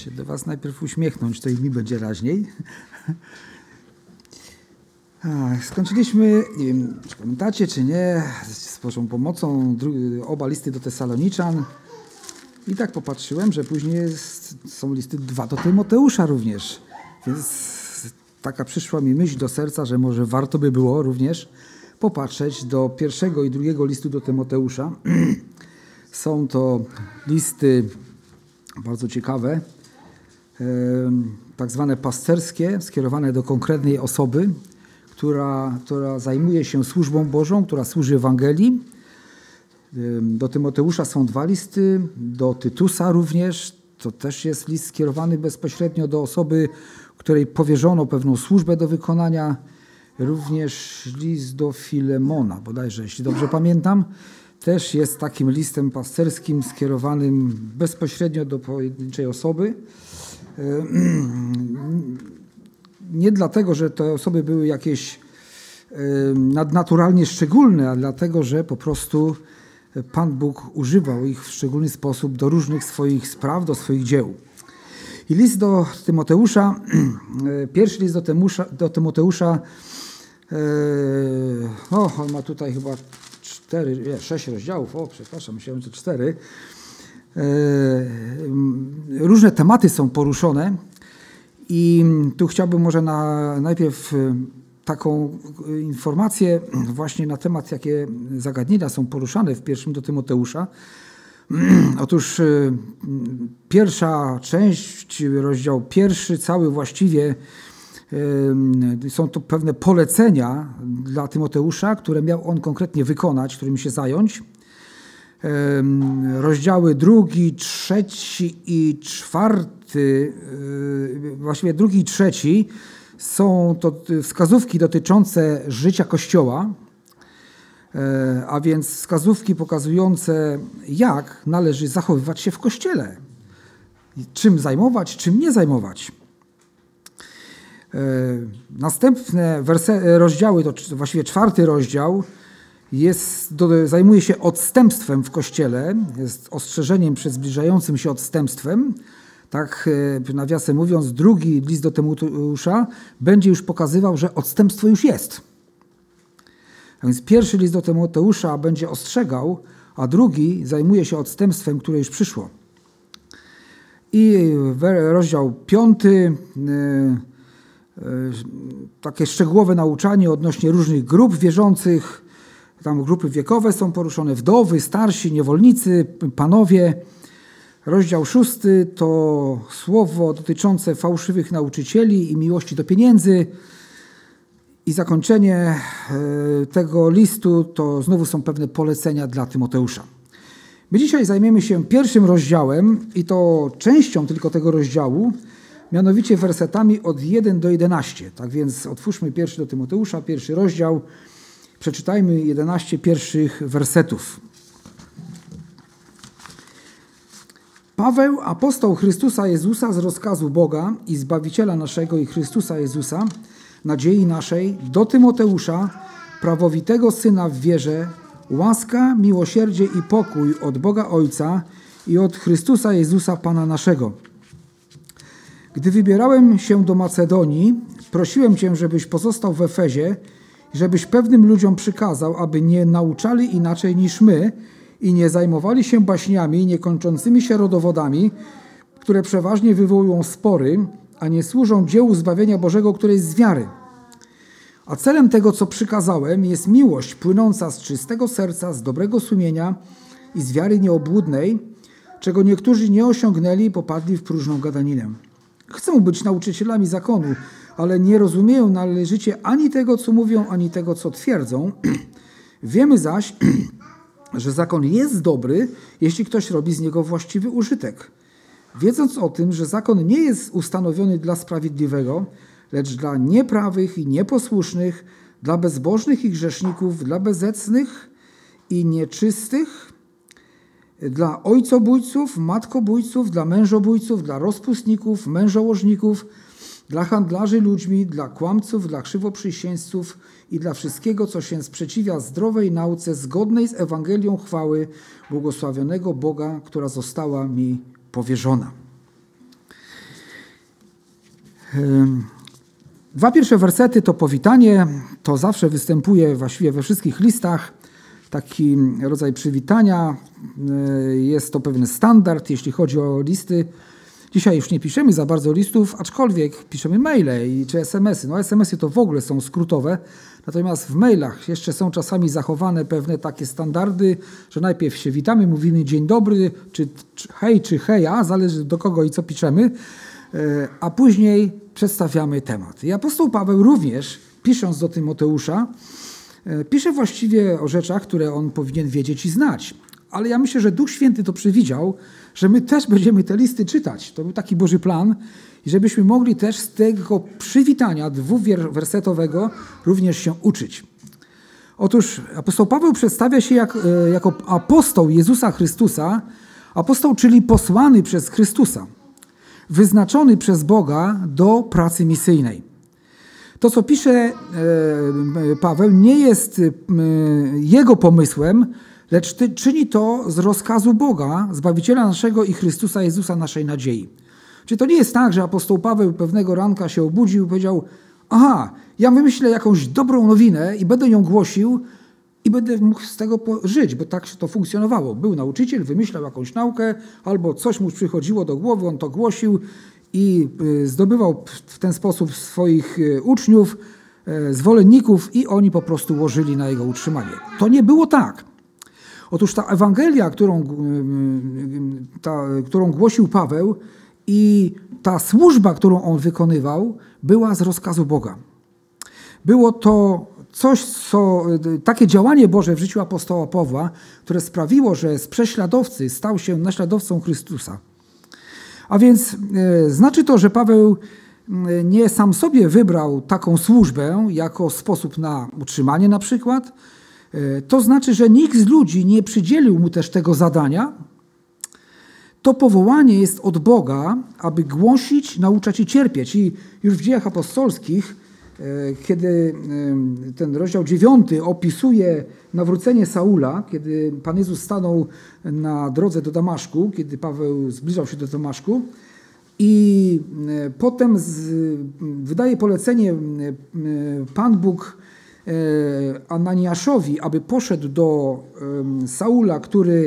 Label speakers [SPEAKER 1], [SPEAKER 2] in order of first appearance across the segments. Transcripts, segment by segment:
[SPEAKER 1] się do was najpierw uśmiechnąć, to i mi będzie raźniej. Skończyliśmy, nie wiem, czy pamiętacie, czy nie, z Bożą pomocą oba listy do Tesaloniczan. I tak popatrzyłem, że później są listy 2 do Tymoteusza również. Więc taka przyszła mi myśl do serca, że może warto by było również popatrzeć do pierwszego i drugiego listu do Tymoteusza. Są to listy bardzo ciekawe, tak zwane pasterskie, skierowane do konkretnej osoby, która zajmuje się służbą Bożą, która służy Ewangelii. Do Tymoteusza są 2 listy, do Tytusa również. To też jest list skierowany bezpośrednio do osoby, której powierzono pewną służbę do wykonania. Również list do Filemona, bodajże, jeśli dobrze pamiętam, też jest takim listem pasterskim skierowanym bezpośrednio do pojedynczej osoby. Nie dlatego, że te osoby były jakieś nadnaturalnie szczególne, a dlatego, że po prostu Pan Bóg używał ich w szczególny sposób do różnych swoich spraw, do swoich dzieł. I list do Tymoteusza, pierwszy list do Tymoteusza, on ma tutaj chyba 6 rozdziałów, przepraszam, myślałem, że 4. Różne tematy są poruszone i tu chciałbym może najpierw taką informację właśnie na temat, jakie zagadnienia są poruszane w pierwszym do Tymoteusza. Otóż pierwsza część, rozdział 1, cały właściwie są to pewne polecenia dla Tymoteusza, które miał on konkretnie wykonać, którymi się zająć. Rozdziały 2, 3 i 4, właściwie 2 i 3 są to wskazówki dotyczące życia Kościoła, a więc wskazówki pokazujące, jak należy zachowywać się w Kościele. Czym zajmować, czym nie zajmować. Następne rozdziały, to właściwie 4 rozdział, zajmuje się odstępstwem w Kościele, jest ostrzeżeniem przed zbliżającym się odstępstwem. Tak, nawiasem mówiąc, drugi list do Tymoteusza będzie już pokazywał, że odstępstwo już jest. A więc pierwszy list do Tymoteusza będzie ostrzegał, a drugi zajmuje się odstępstwem, które już przyszło. I rozdział 5, takie szczegółowe nauczanie odnośnie różnych grup wierzących. Tam grupy wiekowe są poruszone, wdowy, starsi, niewolnicy, panowie. Rozdział 6 to słowo dotyczące fałszywych nauczycieli i miłości do pieniędzy. I zakończenie tego listu to znowu są pewne polecenia dla Tymoteusza. My dzisiaj zajmiemy się pierwszym rozdziałem i to częścią tylko tego rozdziału, mianowicie wersetami od 1 do 11. Tak więc otwórzmy pierwszy do Tymoteusza, pierwszy rozdział. Przeczytajmy 11 pierwszych wersetów. Paweł, apostoł Chrystusa Jezusa z rozkazu Boga i Zbawiciela naszego i Chrystusa Jezusa, nadziei naszej, do Tymoteusza, prawowitego syna w wierze, łaska, miłosierdzie i pokój od Boga Ojca i od Chrystusa Jezusa Pana naszego. Gdy wybierałem się do Macedonii, prosiłem Cię, żebyś pozostał w Efezie i żebyś pewnym ludziom przykazał, aby nie nauczali inaczej niż my i nie zajmowali się baśniami niekończącymi się rodowodami, które przeważnie wywołują spory, a nie służą dziełu zbawienia Bożego, które jest z wiary. A celem tego, co przykazałem, jest miłość płynąca z czystego serca, z dobrego sumienia i z wiary nieobłudnej, czego niektórzy nie osiągnęli i popadli w próżną gadaninę. Chcą być nauczycielami zakonu, ale nie rozumieją należycie ani tego, co mówią, ani tego, co twierdzą. Wiemy zaś, że zakon jest dobry, jeśli ktoś robi z niego właściwy użytek. Wiedząc o tym, że zakon nie jest ustanowiony dla sprawiedliwego, lecz dla nieprawych i nieposłusznych, dla bezbożnych i grzeszników, dla bezecnych i nieczystych, dla ojcobójców, matkobójców, dla mężobójców, dla rozpustników, mężołożników, dla handlarzy ludźmi, dla kłamców, dla krzywoprzysięzców i dla wszystkiego, co się sprzeciwia zdrowej nauce zgodnej z Ewangelią chwały błogosławionego Boga, która została mi powierzona. Dwa pierwsze wersety to powitanie, to zawsze występuje właściwie we wszystkich listach, taki rodzaj przywitania, jest to pewien standard, jeśli chodzi o listy. Dzisiaj już nie piszemy za bardzo listów, aczkolwiek piszemy maile czy SMS-y. No SMS-y to w ogóle są skrótowe, natomiast w mailach jeszcze są czasami zachowane pewne takie standardy, że najpierw się witamy, mówimy dzień dobry, czy heja, zależy do kogo i co piszemy, a później przedstawiamy temat. I apostoł Paweł również, pisząc do Tymoteusza, pisze właściwie o rzeczach, które on powinien wiedzieć i znać. Ale ja myślę, że Duch Święty to przewidział, że my też będziemy te listy czytać. To był taki Boży plan i żebyśmy mogli też z tego przywitania dwuwersetowego również się uczyć. Otóż apostoł Paweł przedstawia się jako apostoł Jezusa Chrystusa, apostoł, czyli posłany przez Chrystusa, wyznaczony przez Boga do pracy misyjnej. To, co pisze Paweł, nie jest jego pomysłem, lecz czyni to z rozkazu Boga, Zbawiciela naszego i Chrystusa Jezusa, naszej nadziei. Czyli to nie jest tak, że apostoł Paweł pewnego ranka się obudził i powiedział: aha, ja wymyślę jakąś dobrą nowinę i będę ją głosił i będę mógł z tego żyć, bo tak to funkcjonowało. Był nauczyciel, wymyślał jakąś naukę, albo coś mu przychodziło do głowy, on to głosił i zdobywał w ten sposób swoich uczniów, zwolenników i oni po prostu łożyli na jego utrzymanie. To nie było tak. Otóż ta Ewangelia, którą głosił Paweł i ta służba, którą on wykonywał, była z rozkazu Boga. Było to coś, takie działanie Boże w życiu apostoła Pawła, które sprawiło, że z prześladowcy stał się naśladowcą Chrystusa. A więc znaczy to, że Paweł nie sam sobie wybrał taką służbę jako sposób na utrzymanie na przykład. To znaczy, że nikt z ludzi nie przydzielił mu też tego zadania. To powołanie jest od Boga, aby głosić, nauczać i cierpieć. I już w Dziejach Apostolskich, kiedy ten rozdział 9 opisuje nawrócenie Saula, kiedy Pan Jezus stanął na drodze do Damaszku, kiedy Paweł zbliżał się do Damaszku i potem wydaje polecenie Pan Bóg Ananiaszowi, aby poszedł do Saula, który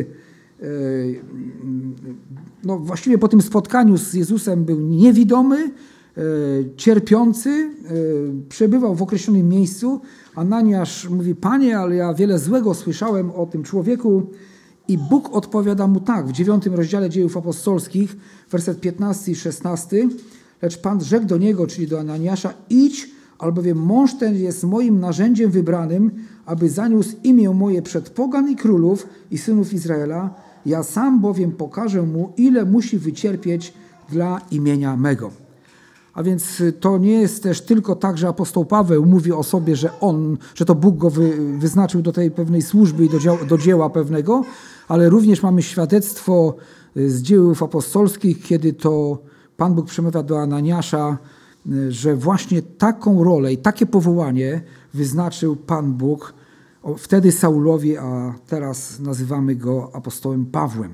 [SPEAKER 1] właściwie po tym spotkaniu z Jezusem był niewidomy, cierpiący, przebywał w określonym miejscu. Ananiasz mówi: Panie, ale ja wiele złego słyszałem o tym człowieku. I Bóg odpowiada mu tak, w 9 rozdziale Dziejów Apostolskich, werset 15 i 16. Lecz Pan rzekł do niego, czyli do Ananiasza: idź, albowiem mąż ten jest moim narzędziem wybranym, aby zaniósł imię moje przed pogan i królów i synów Izraela. Ja sam bowiem pokażę mu, ile musi wycierpieć dla imienia mego. A więc to nie jest też tylko tak, że apostoł Paweł mówi o sobie, że to Bóg go wyznaczył do tej pewnej służby i do dzieła pewnego, ale również mamy świadectwo z Dziejów Apostolskich, kiedy to Pan Bóg przemawia do Ananiasza, że właśnie taką rolę i takie powołanie wyznaczył Pan Bóg wtedy Saulowi, a teraz nazywamy go apostołem Pawłem.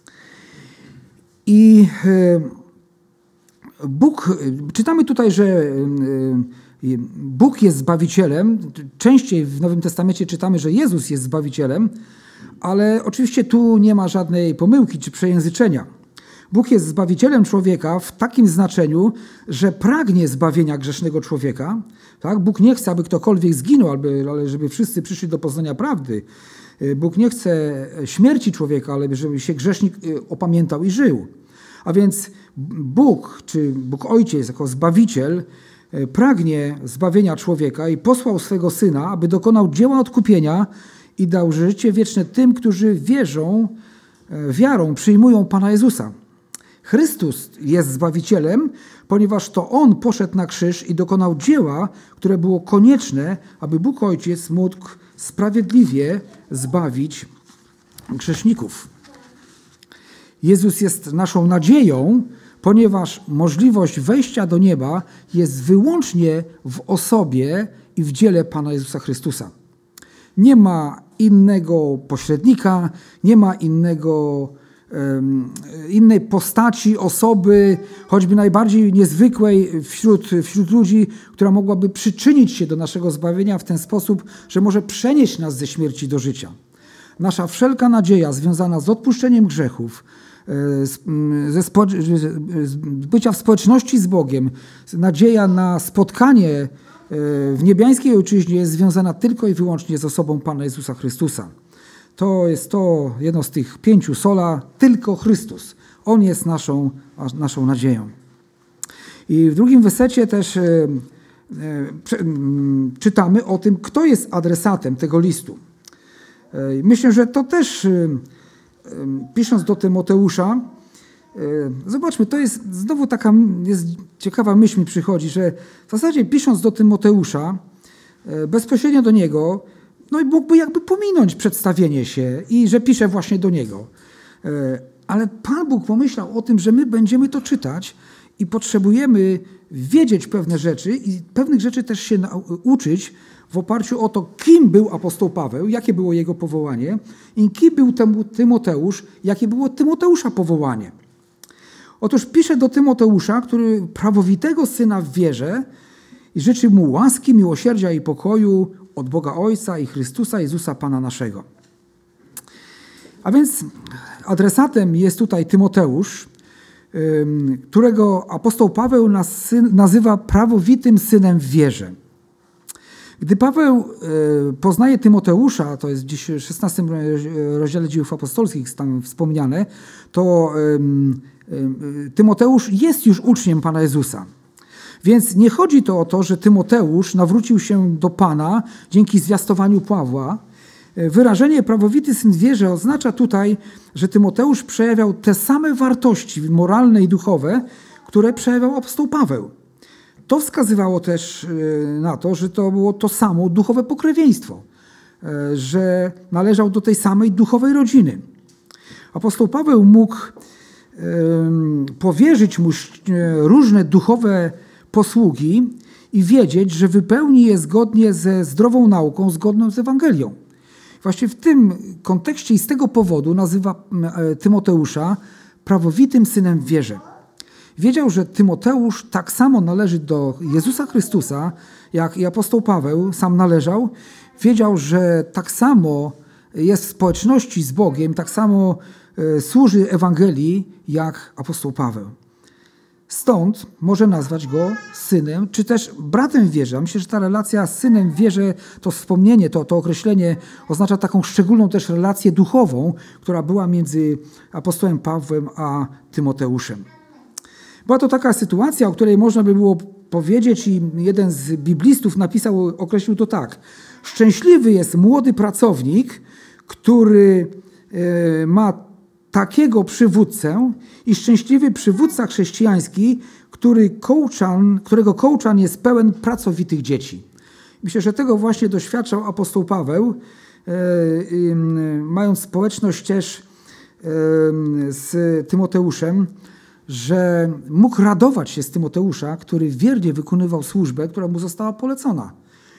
[SPEAKER 1] I czytamy tutaj, że Bóg jest Zbawicielem. Częściej w Nowym Testamencie czytamy, że Jezus jest Zbawicielem, ale oczywiście tu nie ma żadnej pomyłki czy przejęzyczenia. Bóg jest Zbawicielem człowieka w takim znaczeniu, że pragnie zbawienia grzesznego człowieka. Tak? Bóg nie chce, aby ktokolwiek zginął, ale żeby wszyscy przyszli do poznania prawdy. Bóg nie chce śmierci człowieka, ale żeby się grzesznik opamiętał i żył. A więc Bóg, czy Bóg Ojciec jako Zbawiciel, pragnie zbawienia człowieka i posłał swego Syna, aby dokonał dzieła odkupienia i dał życie wieczne tym, którzy wiarą przyjmują Pana Jezusa. Chrystus jest Zbawicielem, ponieważ to On poszedł na krzyż i dokonał dzieła, które było konieczne, aby Bóg Ojciec mógł sprawiedliwie zbawić grzeszników. Jezus jest naszą nadzieją, ponieważ możliwość wejścia do nieba jest wyłącznie w osobie i w dziele Pana Jezusa Chrystusa. Nie ma innego pośrednika, nie ma innego innej postaci, osoby, choćby najbardziej niezwykłej wśród ludzi, która mogłaby przyczynić się do naszego zbawienia w ten sposób, że może przenieść nas ze śmierci do życia. Nasza wszelka nadzieja związana z odpuszczeniem grzechów, z bycia w społeczności z Bogiem, nadzieja na spotkanie w niebiańskiej ojczyźnie jest związana tylko i wyłącznie z osobą Pana Jezusa Chrystusa. To jest to jedno z tych 5 sola, tylko Chrystus. On jest naszą nadzieją. I w drugim wersecie też czytamy o tym, kto jest adresatem tego listu. Myślę, że to też, pisząc do Tymoteusza, zobaczmy, to jest znowu taka ciekawa myśl mi przychodzi, że w zasadzie pisząc do Tymoteusza, bezpośrednio do niego, no i mógłby jakby pominąć przedstawienie się i że pisze właśnie do niego. Ale Pan Bóg pomyślał o tym, że my będziemy to czytać i potrzebujemy wiedzieć pewne rzeczy i pewnych rzeczy też się uczyć w oparciu o to, kim był apostoł Paweł, jakie było jego powołanie i kim był Tymoteusz, jakie było Tymoteusza powołanie. Otóż pisze do Tymoteusza, który prawowitego syna w wierze i życzy mu łaski, miłosierdzia i pokoju od Boga Ojca i Chrystusa Jezusa Pana naszego. A więc adresatem jest tutaj Tymoteusz, którego apostoł Paweł nazywa prawowitym synem w wierze. Gdy Paweł poznaje Tymoteusza, to jest dziś w 16 rozdziale Dziejów Apostolskich tam wspomniane, to Tymoteusz jest już uczniem Pana Jezusa. Więc nie chodzi to o to, że Tymoteusz nawrócił się do Pana dzięki zwiastowaniu Pawła. Wyrażenie prawowity syn w wierze oznacza tutaj, że Tymoteusz przejawiał te same wartości moralne i duchowe, które przejawiał apostoł Paweł. To wskazywało też na to, że to było to samo duchowe pokrewieństwo, że należał do tej samej duchowej rodziny. Apostoł Paweł mógł powierzyć mu różne duchowe posługi i wiedzieć, że wypełni je zgodnie ze zdrową nauką, zgodną z Ewangelią. Właśnie w tym kontekście i z tego powodu nazywa Tymoteusza prawowitym synem w wierze. Wiedział, że Tymoteusz tak samo należy do Jezusa Chrystusa, jak i apostoł Paweł sam należał. Wiedział, że tak samo jest w społeczności z Bogiem, tak samo służy Ewangelii, jak apostoł Paweł. Stąd może nazwać go synem, czy też bratem w wierze. Myślę, że ta relacja z synem w wierze, to wspomnienie, to określenie oznacza taką szczególną też relację duchową, która była między apostołem Pawłem a Tymoteuszem. Była to taka sytuacja, o której można by było powiedzieć i jeden z biblistów określił to tak. Szczęśliwy jest młody pracownik, który ma takiego przywódcę i szczęśliwy przywódca chrześcijański, którego kołczan jest pełen pracowitych dzieci. Myślę, że tego właśnie doświadczał apostoł Paweł, mając społeczność też z Tymoteuszem, że mógł radować się z Tymoteusza, który wiernie wykonywał służbę, która mu została polecona.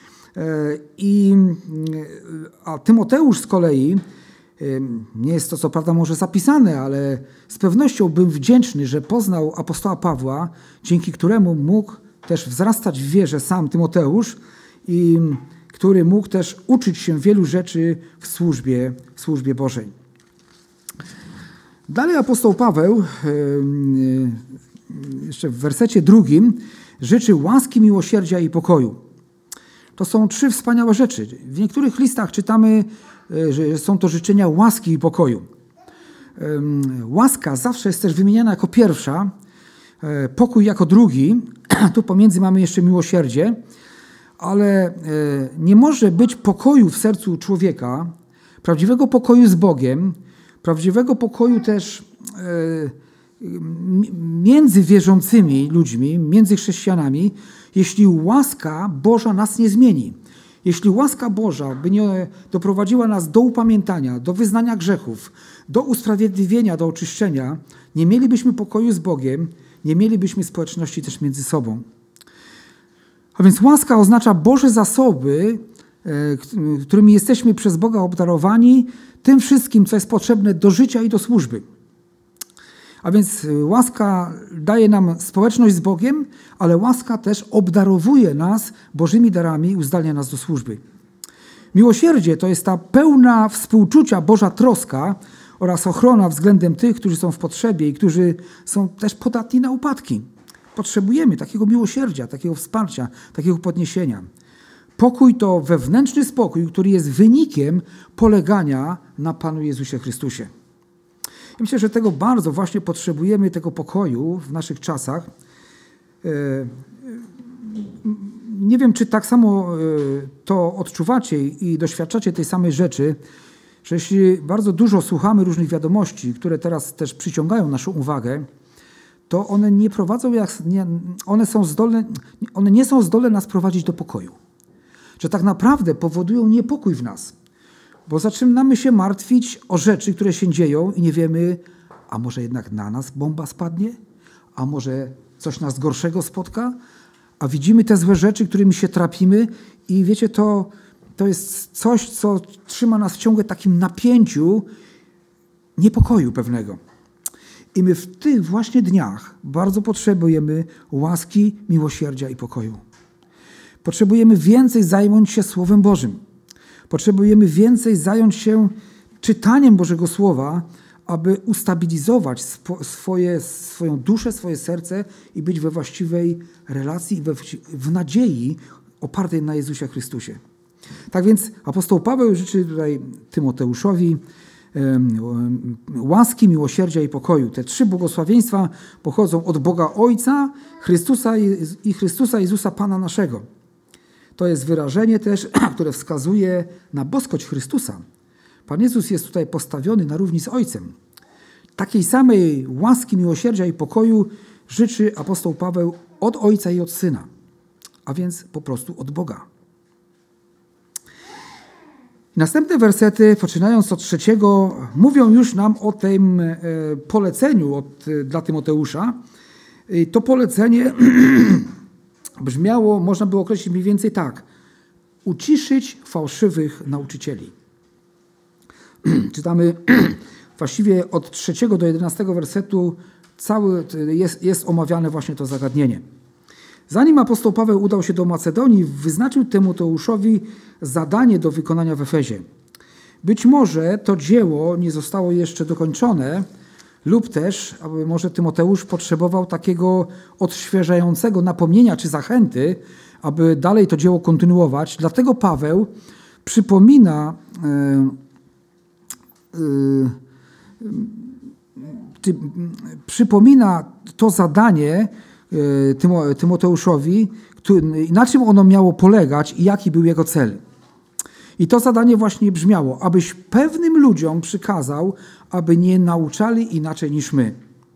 [SPEAKER 1] A Tymoteusz z kolei, nie jest to co prawda może zapisane, ale z pewnością był wdzięczny, że poznał apostoła Pawła, dzięki któremu mógł też wzrastać w wierze sam Tymoteusz i który mógł też uczyć się wielu rzeczy w służbie Bożej. Dalej apostoł Paweł, jeszcze w wersecie 2, życzy łaski, miłosierdzia i pokoju. To są 3 wspaniałe rzeczy. W niektórych listach czytamy, że są to życzenia łaski i pokoju. Łaska zawsze jest też wymieniana jako pierwsza, pokój jako drugi. Tu pomiędzy mamy jeszcze miłosierdzie, ale nie może być pokoju w sercu człowieka, prawdziwego pokoju z Bogiem, prawdziwego pokoju też między wierzącymi ludźmi, między chrześcijanami, jeśli łaska Boża nas nie zmieni. Jeśli łaska Boża by nie doprowadziła nas do upamiętania, do wyznania grzechów, do usprawiedliwienia, do oczyszczenia, nie mielibyśmy pokoju z Bogiem, nie mielibyśmy społeczności też między sobą. A więc łaska oznacza Boże zasoby, którymi jesteśmy przez Boga obdarowani, tym wszystkim, co jest potrzebne do życia i do służby. A więc łaska daje nam społeczność z Bogiem, ale łaska też obdarowuje nas Bożymi darami i uzdalnia nas do służby. Miłosierdzie to jest ta pełna współczucia Boża troska oraz ochrona względem tych, którzy są w potrzebie i którzy są też podatni na upadki. Potrzebujemy takiego miłosierdzia, takiego wsparcia, takiego podniesienia. Pokój to wewnętrzny spokój, który jest wynikiem polegania na Panu Jezusie Chrystusie. Ja myślę, że tego bardzo właśnie potrzebujemy, tego pokoju w naszych czasach. Nie wiem, czy tak samo to odczuwacie i doświadczacie tej samej rzeczy, że jeśli bardzo dużo słuchamy różnych wiadomości, które teraz też przyciągają naszą uwagę, to one nie prowadzą, one nie są zdolne nas prowadzić do pokoju. Że tak naprawdę powodują niepokój w nas, bo zaczynamy się martwić o rzeczy, które się dzieją i nie wiemy, a może jednak na nas bomba spadnie, a może coś nas gorszego spotka, a widzimy te złe rzeczy, którymi się trapimy i wiecie, to jest coś, co trzyma nas w ciągle takim napięciu niepokoju pewnego. I my w tych właśnie dniach bardzo potrzebujemy łaski, miłosierdzia i pokoju. Potrzebujemy więcej zająć się Słowem Bożym. Potrzebujemy więcej zająć się czytaniem Bożego Słowa, aby ustabilizować swoją duszę, swoje serce i być we właściwej relacji i w nadziei opartej na Jezusie Chrystusie. Tak więc apostoł Paweł życzy tutaj Tymoteuszowi łaski, miłosierdzia i pokoju. Te 3 błogosławieństwa pochodzą od Boga Ojca, Chrystusa Jezusa Pana naszego. To jest wyrażenie też, które wskazuje na boskość Chrystusa. Pan Jezus jest tutaj postawiony na równi z Ojcem. Takiej samej łaski, miłosierdzia i pokoju życzy apostoł Paweł od Ojca i od Syna, a więc po prostu od Boga. Następne wersety, poczynając od 3, mówią już nam o tym poleceniu dla Tymoteusza. To polecenie brzmiało, można było określić mniej więcej tak: uciszyć fałszywych nauczycieli. Czytamy właściwie od 3 do 11 wersetu, jest omawiane właśnie to zagadnienie. Zanim apostoł Paweł udał się do Macedonii, wyznaczył Tymoteuszowi zadanie do wykonania w Efezie. Być może to dzieło nie zostało jeszcze dokończone, lub też może Tymoteusz potrzebował takiego odświeżającego napomnienia czy zachęty, aby dalej to dzieło kontynuować. Dlatego Paweł przypomina to zadanie Tymoteuszowi, na czym ono miało polegać i jaki był jego cel. I to zadanie właśnie brzmiało: abyś pewnym ludziom przykazał, aby nie nauczali inaczej niż my.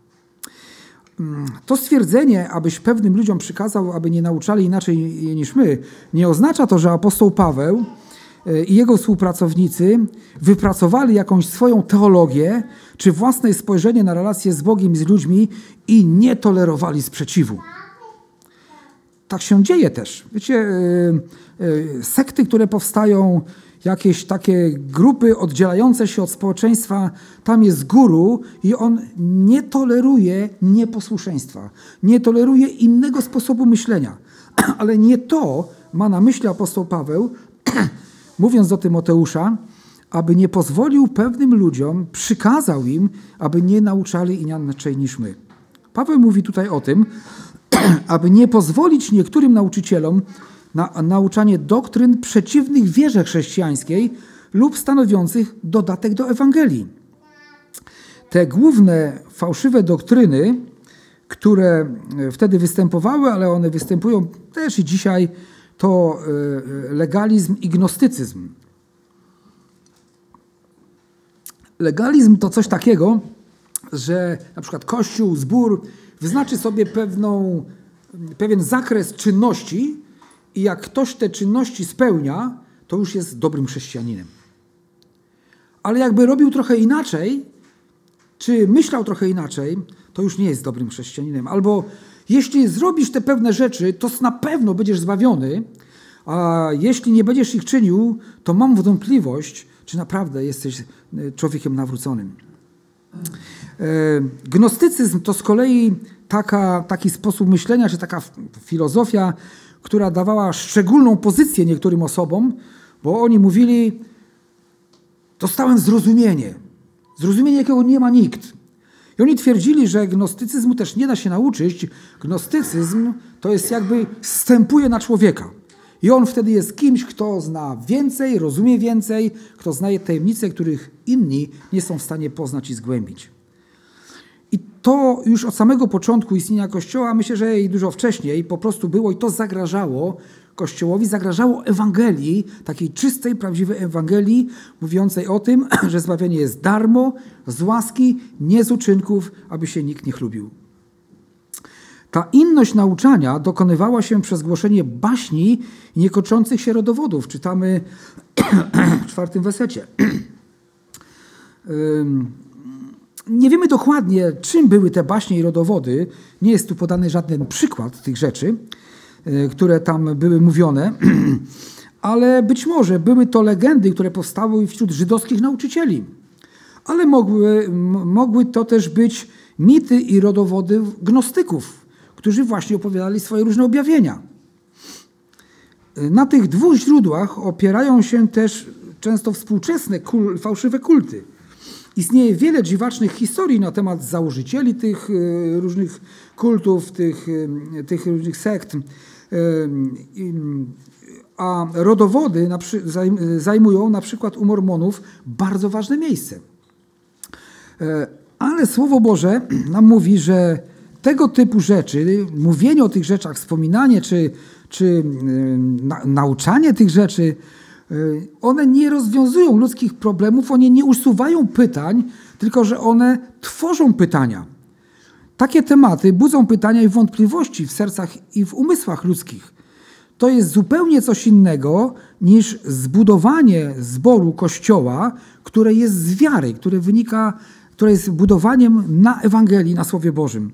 [SPEAKER 1] To stwierdzenie, abyś pewnym ludziom przykazał, aby nie nauczali inaczej niż my, nie oznacza to, że apostoł Paweł i jego współpracownicy wypracowali jakąś swoją teologię czy własne spojrzenie na relacje z Bogiem i z ludźmi i nie tolerowali sprzeciwu. Tak się dzieje też. Wiecie, sekty, które powstają, jakieś takie grupy oddzielające się od społeczeństwa, tam jest guru i on nie toleruje nieposłuszeństwa, nie toleruje innego sposobu myślenia. Ale nie to ma na myśli apostoł Paweł, mówiąc do Tymoteusza, aby nie pozwolił pewnym ludziom, przykazał im, aby nie nauczali inaczej niż my. Paweł mówi tutaj o tym, aby nie pozwolić niektórym nauczycielom na nauczanie doktryn przeciwnych wierze chrześcijańskiej lub stanowiących dodatek do Ewangelii. Te główne fałszywe doktryny, które wtedy występowały, ale one występują też i dzisiaj, to legalizm i gnostycyzm. Legalizm to coś takiego, że na przykład Kościół, zbór wyznaczy sobie pewien zakres czynności i jak ktoś te czynności spełnia, to już jest dobrym chrześcijaninem. Ale jakby robił trochę inaczej, czy myślał trochę inaczej, to już nie jest dobrym chrześcijaninem. Albo jeśli zrobisz te pewne rzeczy, to na pewno będziesz zbawiony, a jeśli nie będziesz ich czynił, to mam wątpliwość, czy naprawdę jesteś człowiekiem nawróconym. Gnostycyzm to z kolei taki sposób myślenia, czy taka filozofia, która dawała szczególną pozycję niektórym osobom, bo oni mówili, dostałem zrozumienie, jakiego nie ma nikt. I oni twierdzili, że gnostycyzmu też nie da się nauczyć. Gnostycyzm to jest jakby zstępuje na człowieka. I on wtedy jest kimś, kto zna więcej, rozumie więcej, kto znaje tajemnice, których inni nie są w stanie poznać i zgłębić. I to już od samego początku istnienia Kościoła, myślę, że i dużo wcześniej po prostu było i to zagrażało Kościołowi, zagrażało Ewangelii, takiej czystej, prawdziwej Ewangelii, mówiącej o tym, że zbawienie jest darmo, z łaski, nie z uczynków, aby się nikt nie chlubił. Ta inność nauczania dokonywała się przez głoszenie baśni i niekończących się rodowodów. Czytamy w 4 wersecie. Nie wiemy dokładnie, czym były te baśnie i rodowody. Nie jest tu podany żaden przykład tych rzeczy, które tam były mówione, ale być może były to legendy, które powstały wśród żydowskich nauczycieli. Ale mogły to też być mity i rodowody gnostyków, którzy właśnie opowiadali swoje różne objawienia. Na tych dwóch źródłach opierają się też często współczesne fałszywe kulty. Istnieje wiele dziwacznych historii na temat założycieli tych różnych kultów, tych różnych sekt, a rodowody zajmują na przykład u Mormonów bardzo ważne miejsce. Ale Słowo Boże nam mówi, że tego typu rzeczy, mówienie o tych rzeczach, wspominanie czy nauczanie tych rzeczy, one nie rozwiązują ludzkich problemów, one nie usuwają pytań, tylko że one tworzą pytania. Takie tematy budzą pytania i wątpliwości w sercach i w umysłach ludzkich. To jest zupełnie coś innego niż zbudowanie zboru Kościoła, które jest z wiary, które jest budowaniem na Ewangelii, na Słowie Bożym.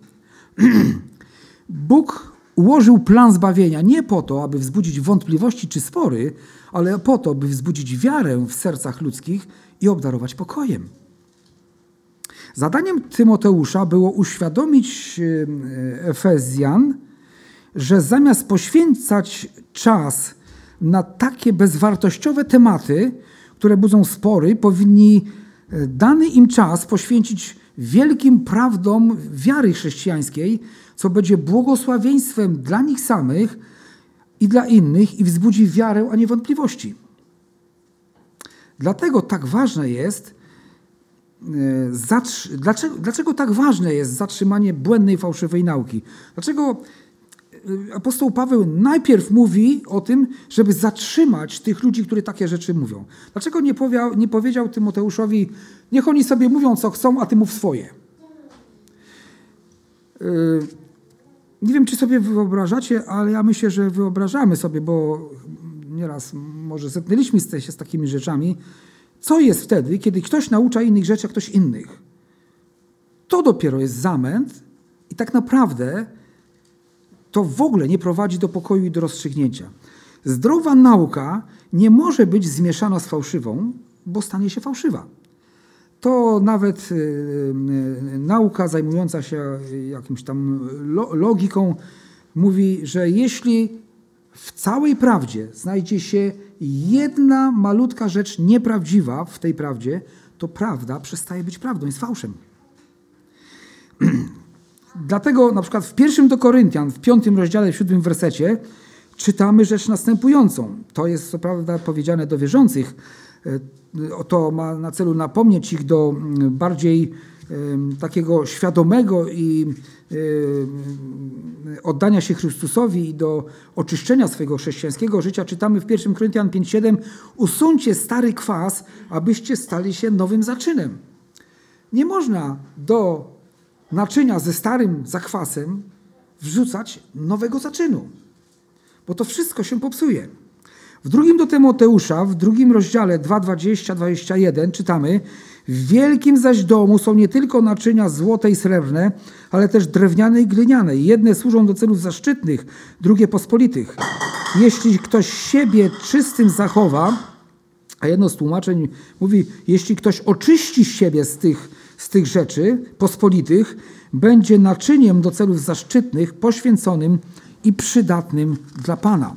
[SPEAKER 1] Bóg ułożył plan zbawienia nie po to, aby wzbudzić wątpliwości czy spory, ale po to, by wzbudzić wiarę w sercach ludzkich i obdarować pokojem. Zadaniem Tymoteusza było uświadomić Efezjan, że zamiast poświęcać czas na takie bezwartościowe tematy, które budzą spory, powinni dany im czas poświęcić wielkim prawdom wiary chrześcijańskiej, co będzie błogosławieństwem dla nich samych i dla innych i wzbudzi wiarę, a nie wątpliwości. Dlatego tak ważne jest, dlaczego tak ważne jest zatrzymanie błędnej, fałszywej nauki? Dlaczego apostoł Paweł najpierw mówi o tym, żeby zatrzymać tych ludzi, którzy takie rzeczy mówią? Dlaczego nie powiedział Tymoteuszowi, niech oni sobie mówią, co chcą, a ty mów swoje? Nie wiem, czy sobie wyobrażacie, ale ja myślę, że wyobrażamy sobie, bo nieraz może zetknęliśmy się z takimi rzeczami. Co jest wtedy, kiedy ktoś naucza innych rzeczy, a ktoś innych? To dopiero jest zamęt i tak naprawdę to w ogóle nie prowadzi do pokoju i do rozstrzygnięcia. Zdrowa nauka nie może być zmieszana z fałszywą, bo stanie się fałszywa. To nawet nauka zajmująca się jakimś tam logiką mówi, że jeśli w całej prawdzie znajdzie się jedna malutka rzecz nieprawdziwa w tej prawdzie, to prawda przestaje być prawdą, jest fałszem. Dlatego na przykład w 1 do Koryntian, w 5 rozdziale, w 7 wersecie czytamy rzecz następującą. To jest co prawda powiedziane do wierzących. To ma na celu napomnieć ich do bardziej takiego świadomego i oddania się Chrystusowi i do oczyszczenia swojego chrześcijańskiego życia. Czytamy w 1 Koryntian 5:7: usuńcie stary kwas, abyście stali się nowym zaczynem. Nie można do naczynia ze starym zakwasem wrzucać nowego zaczynu, bo to wszystko się popsuje. W 2 do Tymoteusza, w 2 rozdziale 2:20-21 czytamy: w wielkim zaś domu są nie tylko naczynia złote i srebrne, ale też drewniane i gliniane. Jedne służą do celów zaszczytnych, drugie pospolitych. Jeśli ktoś siebie czystym zachowa, a jedno z tłumaczeń mówi, jeśli ktoś oczyści siebie z z tych rzeczy pospolitych będzie naczyniem do celów zaszczytnych, poświęconym i przydatnym dla Pana.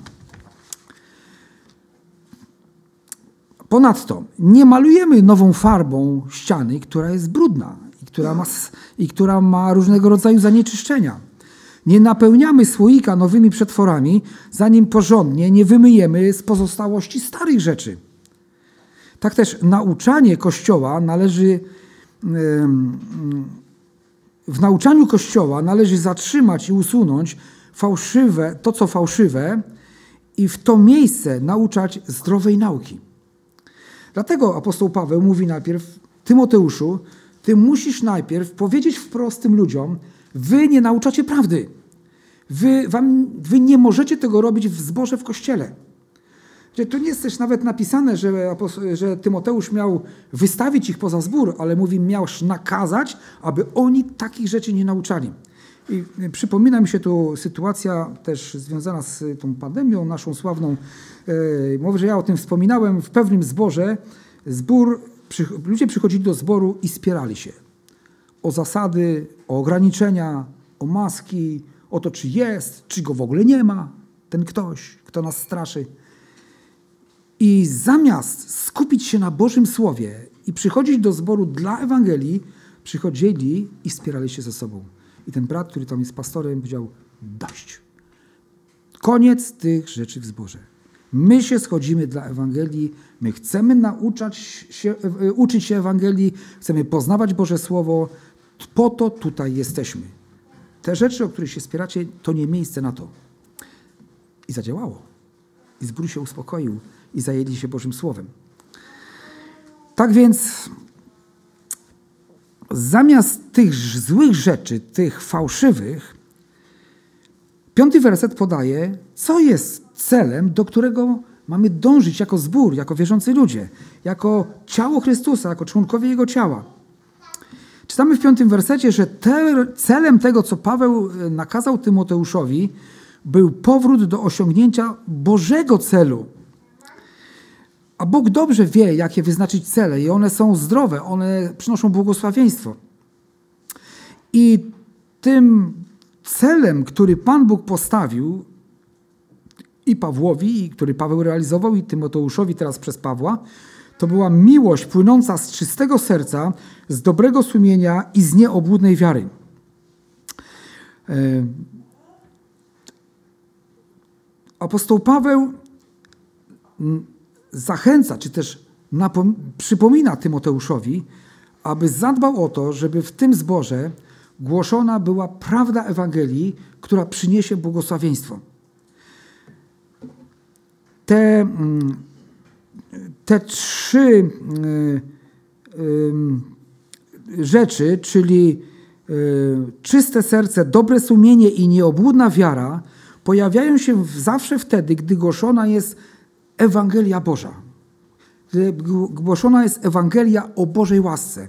[SPEAKER 1] Ponadto nie malujemy nową farbą ściany, która jest brudna i która ma różnego rodzaju zanieczyszczenia. Nie napełniamy słoika nowymi przetworami, zanim porządnie nie wymyjemy z pozostałości starych rzeczy. Tak też nauczanie Kościoła w nauczaniu Kościoła należy zatrzymać i usunąć to, co fałszywe, i w to miejsce nauczać zdrowej nauki. Dlatego apostoł Paweł mówi najpierw: Tymoteuszu, ty musisz najpierw powiedzieć wprost tym ludziom: wy nie nauczacie prawdy. Wy nie możecie tego robić w zborze, w Kościele. Tu nie jest też nawet napisane, że Tymoteusz miał wystawić ich poza zbór, ale mówi, miałeś nakazać, aby oni takich rzeczy nie nauczali. I przypomina mi się tu sytuacja też związana z tą pandemią naszą sławną. Mówię, że ja o tym wspominałem. W pewnym zborze ludzie przychodzili do zboru i spierali się o zasady, o ograniczenia, o maski, o to, czy jest, czy go w ogóle nie ma, ten ktoś, kto nas straszy. I zamiast skupić się na Bożym Słowie i przychodzić do zboru dla Ewangelii, przychodzili i wspierali się ze sobą. I ten brat, który tam jest pastorem, powiedział: dość. Koniec tych rzeczy w zborze. My się schodzimy dla Ewangelii, my chcemy uczyć się Ewangelii, chcemy poznawać Boże Słowo, po to tutaj jesteśmy. Te rzeczy, o których się spieracie, to nie miejsce na to. I zadziałało. I zbór się uspokoił i zajęli się Bożym Słowem. Tak więc zamiast tych złych rzeczy, tych fałszywych, 5. werset podaje, co jest celem, do którego mamy dążyć jako zbór, jako wierzący ludzie, jako ciało Chrystusa, jako członkowie Jego ciała. Czytamy w 5. wersecie, że celem tego, co Paweł nakazał Tymoteuszowi, był powrót do osiągnięcia Bożego celu. A Bóg dobrze wie, jakie wyznaczyć cele i one są zdrowe, one przynoszą błogosławieństwo. I tym celem, który Pan Bóg postawił i Pawłowi, i który Paweł realizował, i Tymoteuszowi teraz przez Pawła, to była miłość płynąca z czystego serca, z dobrego sumienia i z nieobłudnej wiary. Apostoł Paweł zachęca, czy też przypomina Tymoteuszowi, aby zadbał o to, żeby w tym zborze głoszona była prawda Ewangelii, która przyniesie błogosławieństwo. Te trzy rzeczy, czyli czyste serce, dobre sumienie i nieobłudna wiara, pojawiają się zawsze wtedy, gdy głoszona jest Ewangelia Boża. Gdy głoszona jest Ewangelia o Bożej łasce.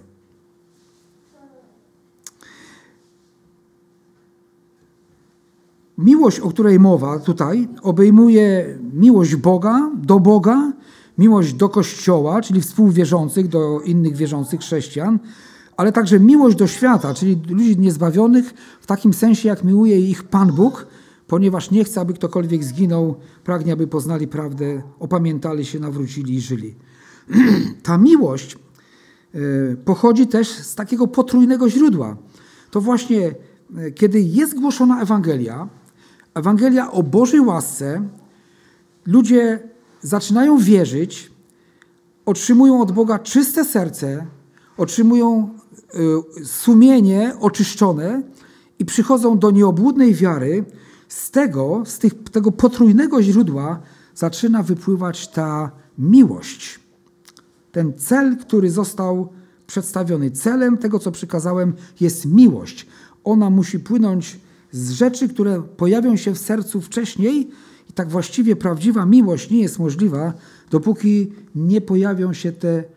[SPEAKER 1] Miłość, o której mowa tutaj, obejmuje miłość Boga, miłość do Kościoła, czyli współwierzących, do innych wierzących chrześcijan, ale także miłość do świata, czyli ludzi niezbawionych w takim sensie, jak miłuje ich Pan Bóg, ponieważ nie chce, aby ktokolwiek zginął, pragnie, aby poznali prawdę, opamiętali się, nawrócili i żyli. Ta miłość pochodzi też z takiego potrójnego źródła. To właśnie, kiedy jest głoszona Ewangelia o Bożej łasce, ludzie zaczynają wierzyć, otrzymują od Boga czyste serce, otrzymują sumienie oczyszczone i przychodzą do nieobłudnej wiary. Z tego potrójnego źródła zaczyna wypływać ta miłość. Ten cel, który został przedstawiony. Celem tego, co przykazałem, jest miłość. Ona musi płynąć z rzeczy, które pojawią się w sercu wcześniej i tak właściwie prawdziwa miłość nie jest możliwa, dopóki nie pojawią się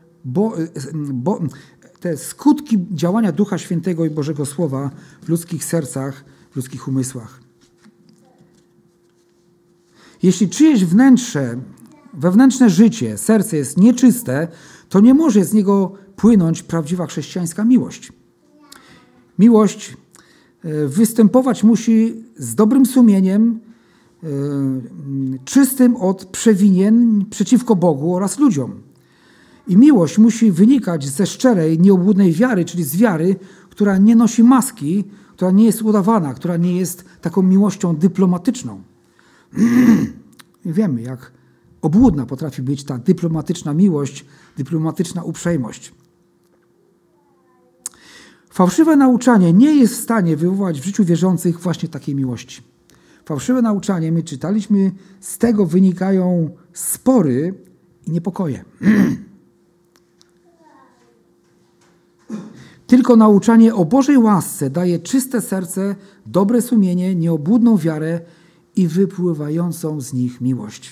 [SPEAKER 1] te skutki działania Ducha Świętego i Bożego Słowa w ludzkich sercach, w ludzkich umysłach. Jeśli czyjeś wewnętrzne życie, serce jest nieczyste, to nie może z niego płynąć prawdziwa chrześcijańska miłość. Miłość występować musi z dobrym sumieniem, czystym od przewinień przeciwko Bogu oraz ludziom. I miłość musi wynikać ze szczerej, nieobłudnej wiary, czyli z wiary, która nie nosi maski, która nie jest udawana, która nie jest taką miłością dyplomatyczną. I wiemy, jak obłudna potrafi być ta dyplomatyczna miłość, dyplomatyczna uprzejmość. Fałszywe nauczanie nie jest w stanie wywołać w życiu wierzących właśnie takiej miłości. Fałszywe nauczanie, my czytaliśmy, z tego wynikają spory i niepokoje. Tylko nauczanie o Bożej łasce daje czyste serce, dobre sumienie, nieobłudną wiarę i wypływającą z nich miłość.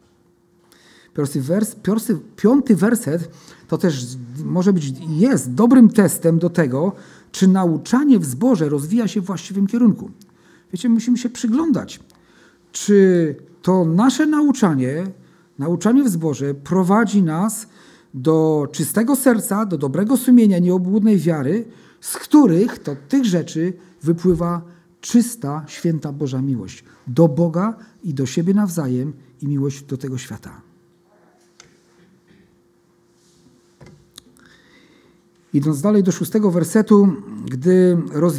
[SPEAKER 1] Piąty werset to też może być, jest dobrym testem do tego, czy nauczanie w zborze rozwija się w właściwym kierunku. Wiecie, musimy się przyglądać, czy to nasze nauczanie w zborze prowadzi nas do czystego serca, do dobrego sumienia, nieobłudnej wiary, z których to tych rzeczy wypływa czysta, święta Boża miłość do Boga i do siebie nawzajem i miłość do tego świata. Idąc dalej do 6 wersetu, gdy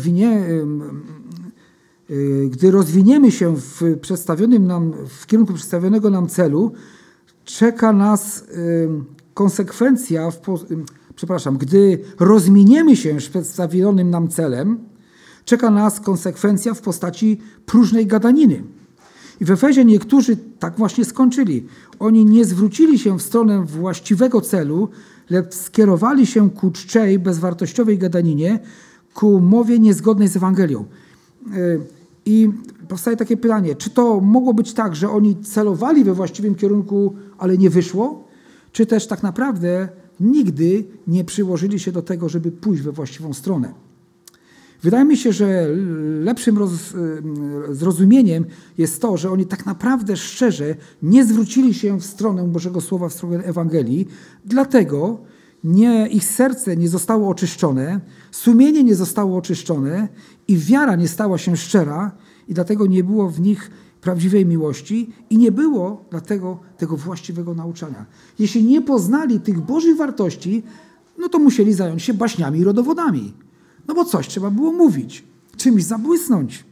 [SPEAKER 1] rozwiniemy się w kierunku przedstawionego nam celu, czeka nas konsekwencja, gdy rozminiemy się z przedstawionym nam celem, czeka nas konsekwencja w postaci próżnej gadaniny. I w Efezie niektórzy tak właśnie skończyli. Oni nie zwrócili się w stronę właściwego celu, lecz skierowali się ku czczej, bezwartościowej gadaninie, ku mowie niezgodnej z Ewangelią. I powstaje takie pytanie, czy to mogło być tak, że oni celowali we właściwym kierunku, ale nie wyszło? Czy też tak naprawdę nigdy nie przyłożyli się do tego, żeby pójść we właściwą stronę? Wydaje mi się, że lepszym zrozumieniem jest to, że oni tak naprawdę szczerze nie zwrócili się w stronę Bożego Słowa, w stronę Ewangelii, dlatego ich serce nie zostało oczyszczone, sumienie nie zostało oczyszczone i wiara nie stała się szczera i dlatego nie było w nich prawdziwej miłości i nie było dlatego tego właściwego nauczania. Jeśli nie poznali tych Bożych wartości, no to musieli zająć się baśniami i rodowodami. No bo coś trzeba było mówić, czymś zabłysnąć,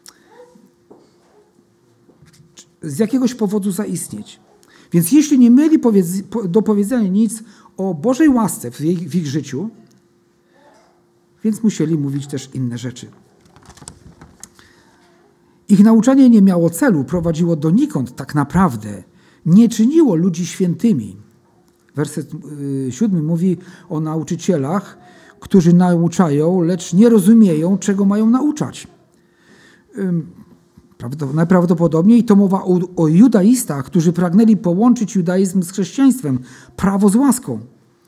[SPEAKER 1] z jakiegoś powodu zaistnieć. Więc jeśli nie mieli do powiedzenia nic o Bożej łasce w ich życiu, więc musieli mówić też inne rzeczy. Ich nauczanie nie miało celu, prowadziło donikąd tak naprawdę, nie czyniło ludzi świętymi. Werset 7 mówi o nauczycielach, którzy nauczają, lecz nie rozumieją, czego mają nauczać. Najprawdopodobniej to mowa o judaistach, którzy pragnęli połączyć judaizm z chrześcijaństwem, prawo z łaską.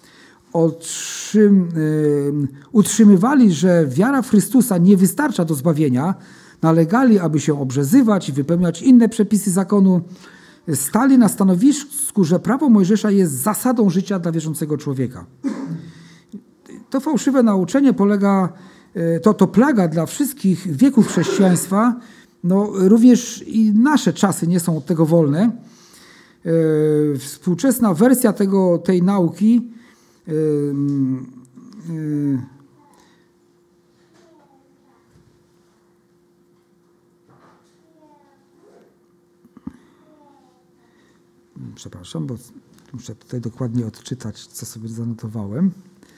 [SPEAKER 1] Utrzymywali, że wiara w Chrystusa nie wystarcza do zbawienia, nalegali, aby się obrzezywać i wypełniać inne przepisy zakonu. Stali na stanowisku, że prawo Mojżesza jest zasadą życia dla wierzącego człowieka. To fałszywe nauczenie to plaga dla wszystkich wieków chrześcijaństwa. No, również i nasze czasy nie są od tego wolne. Współczesna wersja tej nauki przepraszam, bo muszę tutaj dokładnie odczytać, co sobie zanotowałem.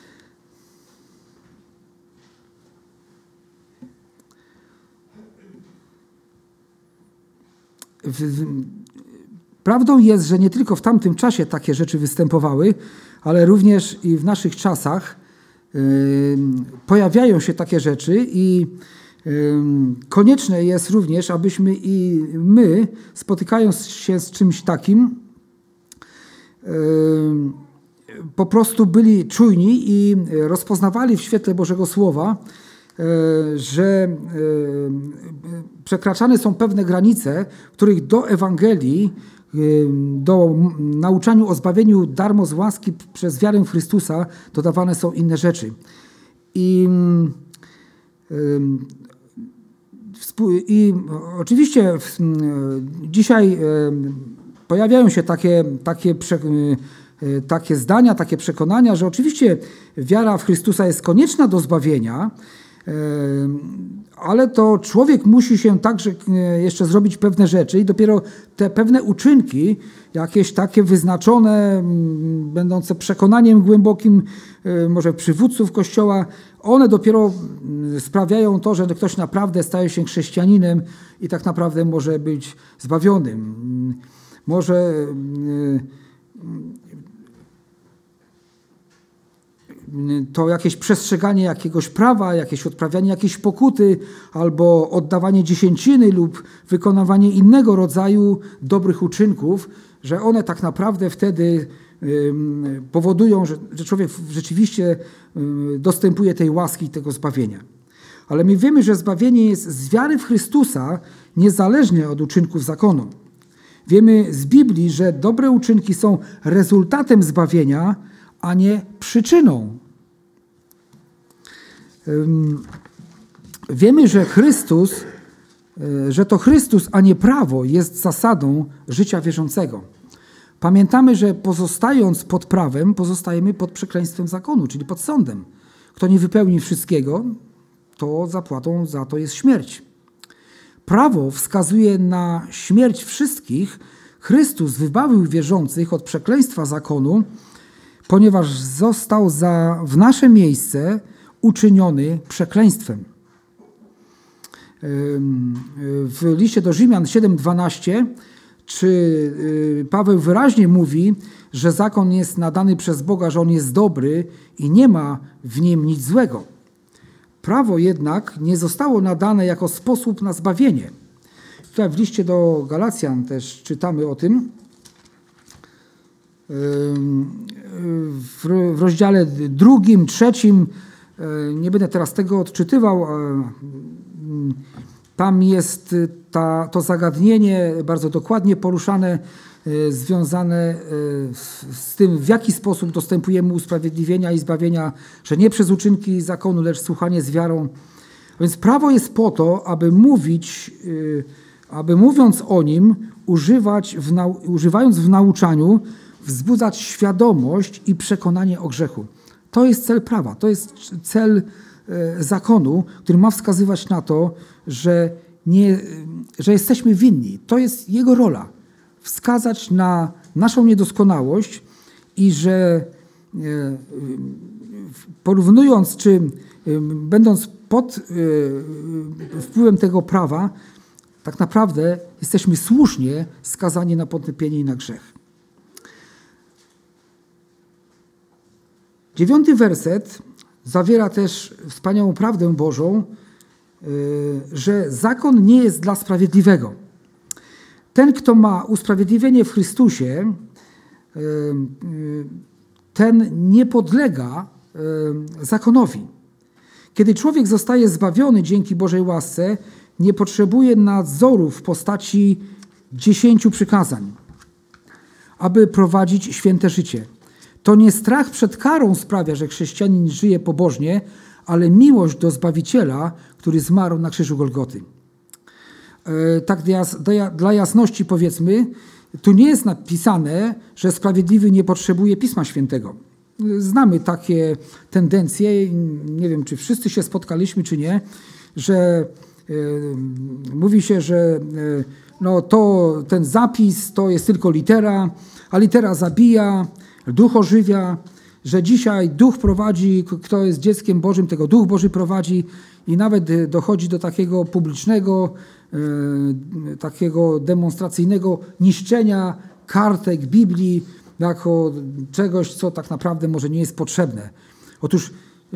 [SPEAKER 1] Prawdą jest, że nie tylko w tamtym czasie takie rzeczy występowały, ale również i w naszych czasach pojawiają się takie rzeczy i konieczne jest również, abyśmy i my, spotykając się z czymś takim, po prostu byli czujni i rozpoznawali w świetle Bożego Słowa, że przekraczane są pewne granice, których do Ewangelii, do nauczaniu o zbawieniu darmo z łaski przez wiarę w Chrystusa dodawane są inne rzeczy. I oczywiście dzisiaj pojawiają się takie zdania, takie przekonania, że oczywiście wiara w Chrystusa jest konieczna do zbawienia, ale to człowiek musi się także jeszcze zrobić pewne rzeczy i dopiero te pewne uczynki, jakieś takie wyznaczone, będące przekonaniem głębokim, może przywódców Kościoła, one dopiero sprawiają to, że ktoś naprawdę staje się chrześcijaninem i tak naprawdę może być zbawionym. Może to jakieś przestrzeganie jakiegoś prawa, jakieś odprawianie jakiejś pokuty, albo oddawanie dziesięciny lub wykonywanie innego rodzaju dobrych uczynków, że one tak naprawdę wtedy powodują, że człowiek rzeczywiście dostępuje tej łaski i tego zbawienia. Ale my wiemy, że zbawienie jest z wiary w Chrystusa niezależnie od uczynków zakonu. Wiemy z Biblii, że dobre uczynki są rezultatem zbawienia, a nie przyczyną. Wiemy, że to Chrystus, a nie prawo jest zasadą życia wierzącego. Pamiętamy, że pozostając pod prawem, pozostajemy pod przekleństwem zakonu, czyli pod sądem. Kto nie wypełni wszystkiego, to zapłatą za to jest śmierć. Prawo wskazuje na śmierć wszystkich. Chrystus wybawił wierzących od przekleństwa zakonu, ponieważ został w nasze miejsce uczyniony przekleństwem. W liście do Rzymian 7:12 Paweł wyraźnie mówi, że zakon jest nadany przez Boga, że on jest dobry i nie ma w nim nic złego. Prawo jednak nie zostało nadane jako sposób na zbawienie. Tutaj w liście do Galacjan też czytamy o tym. W rozdziale 2, 3, nie będę teraz tego odczytywał, tam jest to zagadnienie bardzo dokładnie poruszane, związane z tym, w jaki sposób dostępujemy usprawiedliwienia i zbawienia, że nie przez uczynki zakonu, lecz słuchanie z wiarą. A więc prawo jest po to, aby mówiąc o nim, używając w nauczaniu, wzbudzać świadomość i przekonanie o grzechu. To jest cel prawa, to jest cel zakonu, który ma wskazywać na to, że jesteśmy winni. To jest jego rola. Wskazać na naszą niedoskonałość i że porównując, czy będąc pod wpływem tego prawa, tak naprawdę jesteśmy słusznie skazani na potępienie i na grzech. 9 werset zawiera też wspaniałą prawdę Bożą, że zakon nie jest dla sprawiedliwego. Ten, kto ma usprawiedliwienie w Chrystusie, ten nie podlega zakonowi. Kiedy człowiek zostaje zbawiony dzięki Bożej łasce, nie potrzebuje nadzoru w postaci 10 przykazań, aby prowadzić święte życie. To nie strach przed karą sprawia, że chrześcijanin żyje pobożnie, ale miłość do Zbawiciela, który zmarł na krzyżu Golgoty. Tak dla jasności powiedzmy, tu nie jest napisane, że sprawiedliwy nie potrzebuje Pisma Świętego. Znamy takie tendencje, nie wiem, czy wszyscy się spotkaliśmy, czy nie, że mówi się, że ten zapis to jest tylko litera, a litera zabija, duch ożywia, że dzisiaj duch prowadzi, kto jest dzieckiem Bożym, tego duch Boży prowadzi i nawet dochodzi do takiego publicznego, takiego demonstracyjnego niszczenia kartek Biblii jako czegoś, co tak naprawdę może nie jest potrzebne. Otóż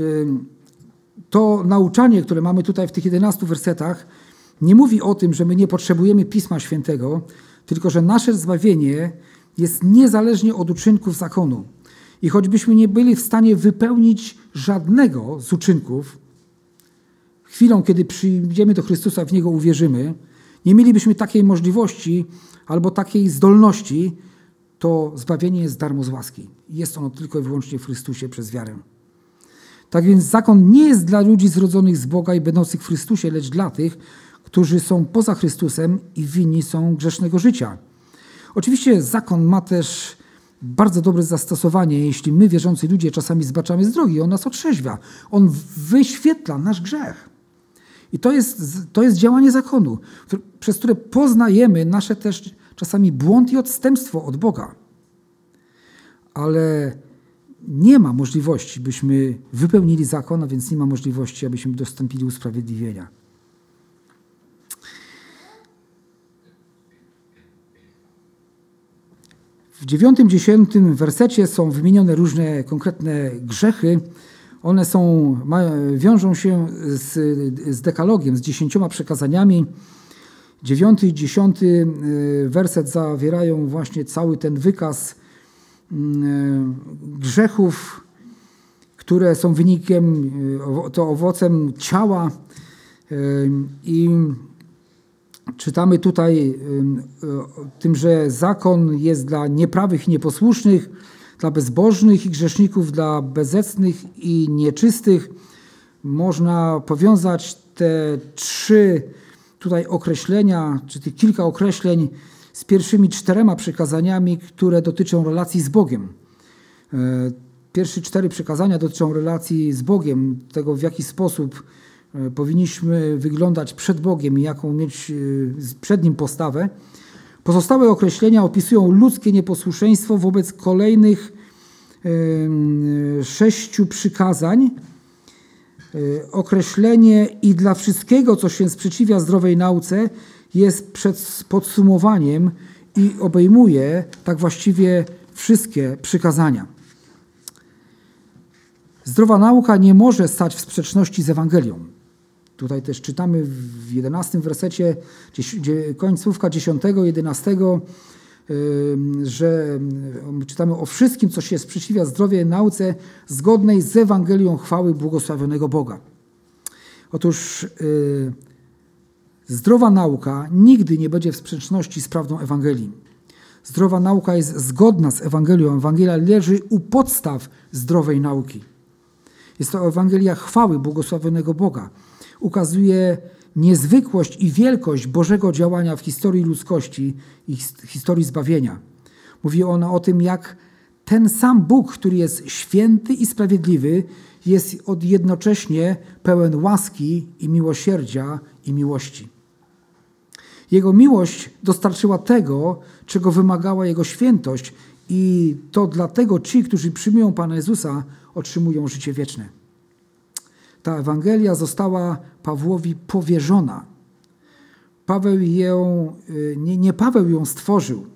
[SPEAKER 1] to nauczanie, które mamy tutaj w tych 11 wersetach, nie mówi o tym, że my nie potrzebujemy Pisma Świętego, tylko że nasze zbawienie jest niezależnie od uczynków zakonu. I choćbyśmy nie byli w stanie wypełnić żadnego z uczynków, chwilą, kiedy przyjdziemy do Chrystusa, w Niego uwierzymy, nie mielibyśmy takiej możliwości albo takiej zdolności, to zbawienie jest darmo z łaski. Jest ono tylko i wyłącznie w Chrystusie przez wiarę. Tak więc zakon nie jest dla ludzi zrodzonych z Boga i będących w Chrystusie, lecz dla tych, którzy są poza Chrystusem i winni są grzesznego życia. Oczywiście zakon ma też bardzo dobre zastosowanie, jeśli my, wierzący ludzie, czasami zbaczamy z drogi. On nas otrzeźwia. On wyświetla nasz grzech. I to jest działanie zakonu, przez które poznajemy nasze też czasami błąd i odstępstwo od Boga. Ale nie ma możliwości, byśmy wypełnili zakon, a więc nie ma możliwości, abyśmy dostąpili usprawiedliwienia. W 9, 10 wersecie są wymienione różne konkretne grzechy. One wiążą się z dekalogiem, z 10 przykazaniami. 9 i 10 werset zawierają właśnie cały ten wykaz grzechów, które są wynikiem, to owocem ciała. I czytamy tutaj tym, że zakon jest dla nieprawych i nieposłusznych, dla bezbożnych i grzeszników, dla bezecnych i nieczystych. Można powiązać te 3 tutaj określenia, czy tych kilka określeń z pierwszymi 4 przykazaniami, które dotyczą relacji z Bogiem. Pierwsze 4 przykazania dotyczą relacji z Bogiem, tego w jaki sposób powinniśmy wyglądać przed Bogiem i jaką mieć przed Nim postawę. Pozostałe określenia opisują ludzkie nieposłuszeństwo wobec kolejnych 6 przykazań. Określenie i dla wszystkiego, co się sprzeciwia zdrowej nauce, jest przed podsumowaniem i obejmuje tak właściwie wszystkie przykazania. Zdrowa nauka nie może stać w sprzeczności z Ewangelią. Tutaj też czytamy w 11 wersecie, końcówka 10, 11, że czytamy o wszystkim, co się sprzeciwia zdrowej nauce zgodnej z Ewangelią chwały błogosławionego Boga. Otóż zdrowa nauka nigdy nie będzie w sprzeczności z prawdą Ewangelii. Zdrowa nauka jest zgodna z Ewangelią. Ewangelia leży u podstaw zdrowej nauki. Jest to Ewangelia chwały błogosławionego Boga. Ukazuje niezwykłość i wielkość Bożego działania w historii ludzkości i historii zbawienia. Mówi ona o tym, jak ten sam Bóg, który jest święty i sprawiedliwy, jest jednocześnie pełen łaski i miłosierdzia i miłości. Jego miłość dostarczyła tego, czego wymagała Jego świętość i to dlatego ci, którzy przyjmują Pana Jezusa, otrzymują życie wieczne. Ta Ewangelia została Pawłowi powierzona. Nie Paweł ją stworzył.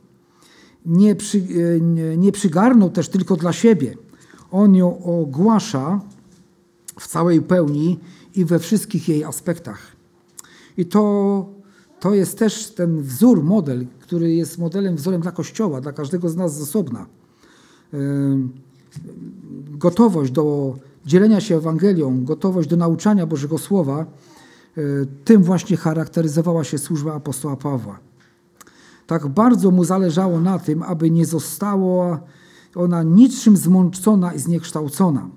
[SPEAKER 1] Nie przygarnął też tylko dla siebie. On ją ogłasza w całej pełni i we wszystkich jej aspektach. I to jest też ten wzór, model, który jest wzorem dla Kościoła, dla każdego z nas z osobna. Gotowość do dzielenia się Ewangelią, gotowość do nauczania Bożego Słowa, tym właśnie charakteryzowała się służba apostoła Pawła. Tak bardzo mu zależało na tym, aby nie została ona niczym zmącona i zniekształcona.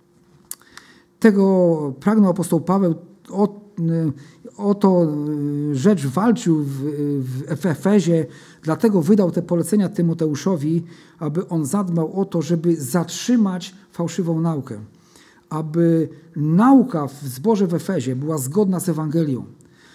[SPEAKER 1] Tego pragnął apostoł Paweł, o to rzecz walczył w Efezie, dlatego wydał te polecenia Tymoteuszowi, aby on zadbał o to, żeby zatrzymać fałszywą naukę. Aby nauka w zborze w Efezie była zgodna z Ewangelią.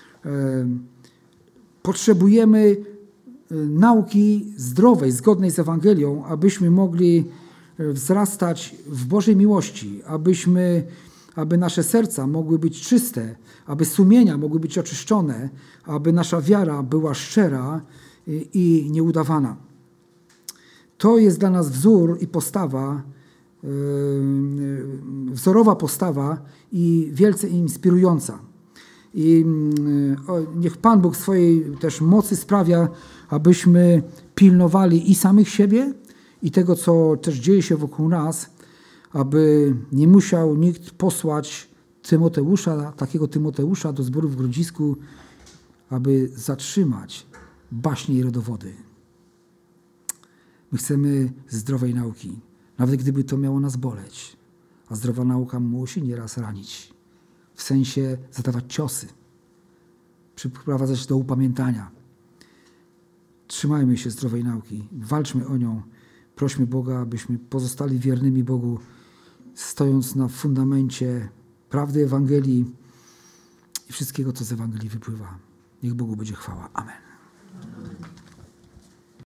[SPEAKER 1] Potrzebujemy nauki zdrowej, zgodnej z Ewangelią, abyśmy mogli wzrastać w Bożej miłości, aby nasze serca mogły być czyste, aby sumienia mogły być oczyszczone, aby nasza wiara była szczera i nieudawana. To jest dla nas wzór i postawa, wzorowa postawa i wielce inspirująca. I niech Pan Bóg w swojej też mocy sprawia, abyśmy pilnowali i samych siebie, i tego, co też dzieje się wokół nas, aby nie musiał nikt posłać Tymoteusza, takiego Tymoteusza do zboru w Grodzisku, aby zatrzymać baśnie i rodowody. My chcemy zdrowej nauki, nawet gdyby to miało nas boleć. A zdrowa nauka musi nieraz ranić. W sensie zadawać ciosy, przyprowadzać do upamiętania. Trzymajmy się zdrowej nauki, walczmy o nią. Prośmy Boga, abyśmy pozostali wiernymi Bogu, stojąc na fundamencie prawdy Ewangelii i wszystkiego, co z Ewangelii wypływa. Niech Bogu będzie chwała. Amen.